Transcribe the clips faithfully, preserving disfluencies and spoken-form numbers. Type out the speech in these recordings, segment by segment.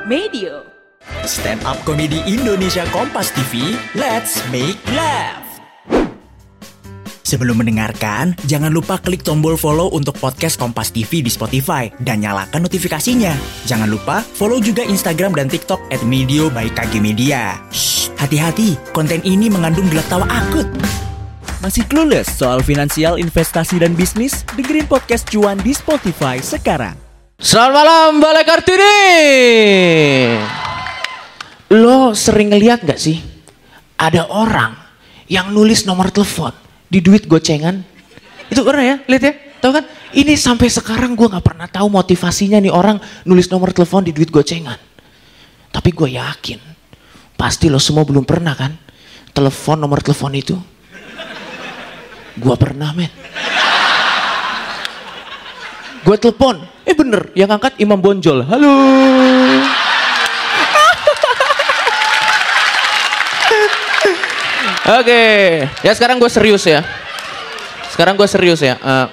Medio. Stand up komedi Indonesia Kompas T V, let's make laugh. Sebelum mendengarkan, jangan lupa klik tombol follow untuk podcast Kompas T V di Spotify dan nyalakan notifikasinya. Jangan lupa follow juga Instagram dan TikTok at medio by K G Media. Shh, hati-hati, konten ini mengandung gelak tawa akut. Masih clueless soal finansial, investasi, dan bisnis? Dengerin podcast Cuan di Spotify sekarang. Selamat malam, Balai Kartini. Lo sering ngeliat gak sih ada orang yang nulis nomor telepon di duit gocengan? Itu pernah ya, lihat ya, tahu kan? Ini sampai sekarang gue nggak pernah tahu motivasinya nih orang nulis nomor telepon di duit gocengan. Tapi gue yakin, pasti lo semua belum pernah kan telepon nomor telepon itu. Gue pernah, men. Gue telepon, eh bener, yang angkat Imam Bonjol. Halo. Oke, ya sekarang gue serius ya. Sekarang gue serius ya. Uh,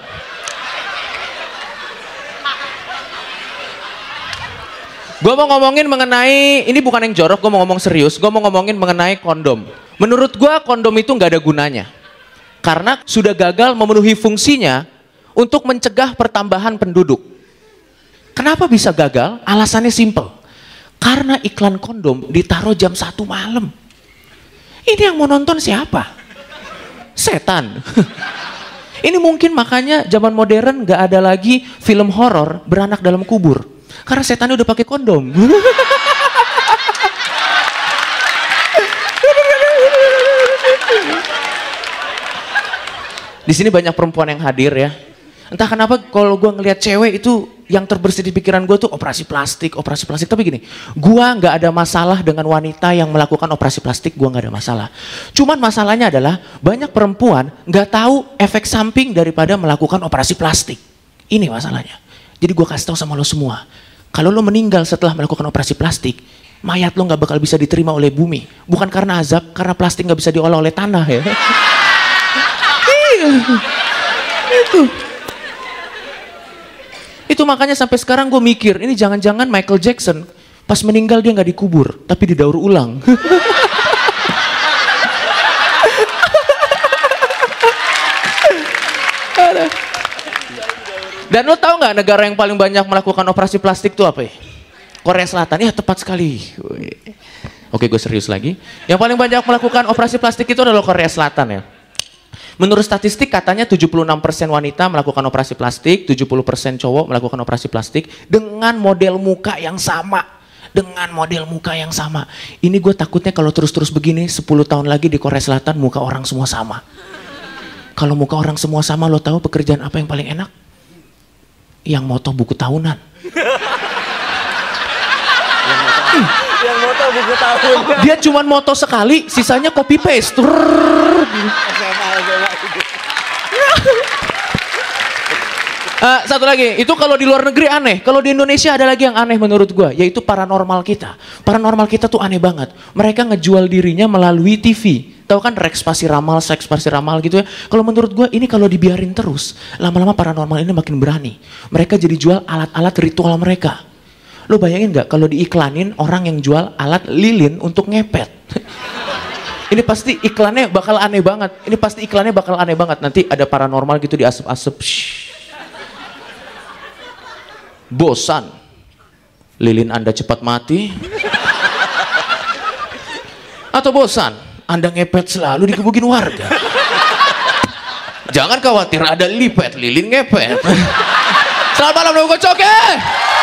gue mau ngomongin mengenai, ini bukan yang jorok, gue mau ngomong serius. Gue mau ngomongin mengenai kondom. Menurut gue kondom itu nggak ada gunanya. Karena sudah gagal memenuhi fungsinya untuk mencegah pertambahan penduduk. Kenapa bisa gagal? Alasannya simple. Karena iklan kondom ditaruh jam satu malam. Ini yang mau nonton siapa? Setan. Ini mungkin makanya zaman modern gak ada lagi film horor beranak dalam kubur. Karena setannya udah pakai kondom. Di sini banyak perempuan yang hadir ya. Entah kenapa kalau gue ngelihat cewek itu yang terbersit di pikiran gue tuh operasi plastik, operasi plastik. Tapi gini, gue nggak ada masalah dengan wanita yang melakukan operasi plastik, gue nggak ada masalah. Cuman masalahnya adalah banyak perempuan nggak tahu efek samping daripada melakukan operasi plastik. Ini masalahnya. Jadi gue kasih tahu sama lo semua, kalau lo meninggal setelah melakukan operasi plastik, mayat lo nggak bakal bisa diterima oleh bumi. Bukan karena azab, karena plastik nggak bisa diolah oleh tanah ya. Itu. Itu makanya sampai sekarang gue mikir, ini jangan-jangan Michael Jackson pas meninggal dia nggak dikubur, tapi didaur ulang. Dan lo tahu nggak negara yang paling banyak melakukan operasi plastik itu apa ya? Korea Selatan. Ya tepat sekali. Oke, gue serius lagi. Yang paling banyak melakukan operasi plastik itu adalah Korea Selatan ya. Menurut statistik katanya tujuh puluh enam persen wanita melakukan operasi plastik, tujuh puluh persen cowok melakukan operasi plastik dengan model muka yang sama. Dengan model muka yang sama. Ini gue takutnya kalau terus-terus begini sepuluh tahun lagi di Korea Selatan muka orang semua sama. Kalau muka orang semua sama, lo tahu pekerjaan apa yang paling enak? Yang moto buku tahunan. Yang moto buku tahun. Dia cuma moto sekali, sisanya copy paste. Uh, satu lagi, itu kalau di luar negeri aneh. Kalau di Indonesia ada lagi yang aneh menurut gue, yaitu paranormal kita. Paranormal kita tuh aneh banget. Mereka ngejual dirinya melalui T V. Tahu kan Rex Pasi Ramal, Sex Pasi Ramal gitu ya. Kalau menurut gue ini kalau dibiarin terus, lama-lama paranormal ini makin berani. Mereka jadi jual alat-alat ritual mereka. Lo bayangin gak kalau diiklanin orang yang jual alat lilin untuk ngepet? Ini pasti iklannya bakal aneh banget. Ini pasti iklannya bakal aneh banget. Nanti ada paranormal gitu di asap-asap. Bosan? Lilin Anda cepat mati? Atau bosan? Anda ngepet selalu dikebukin warga? Jangan khawatir, ada lipet lilin ngepet. Selamat malam, Dogo Coke!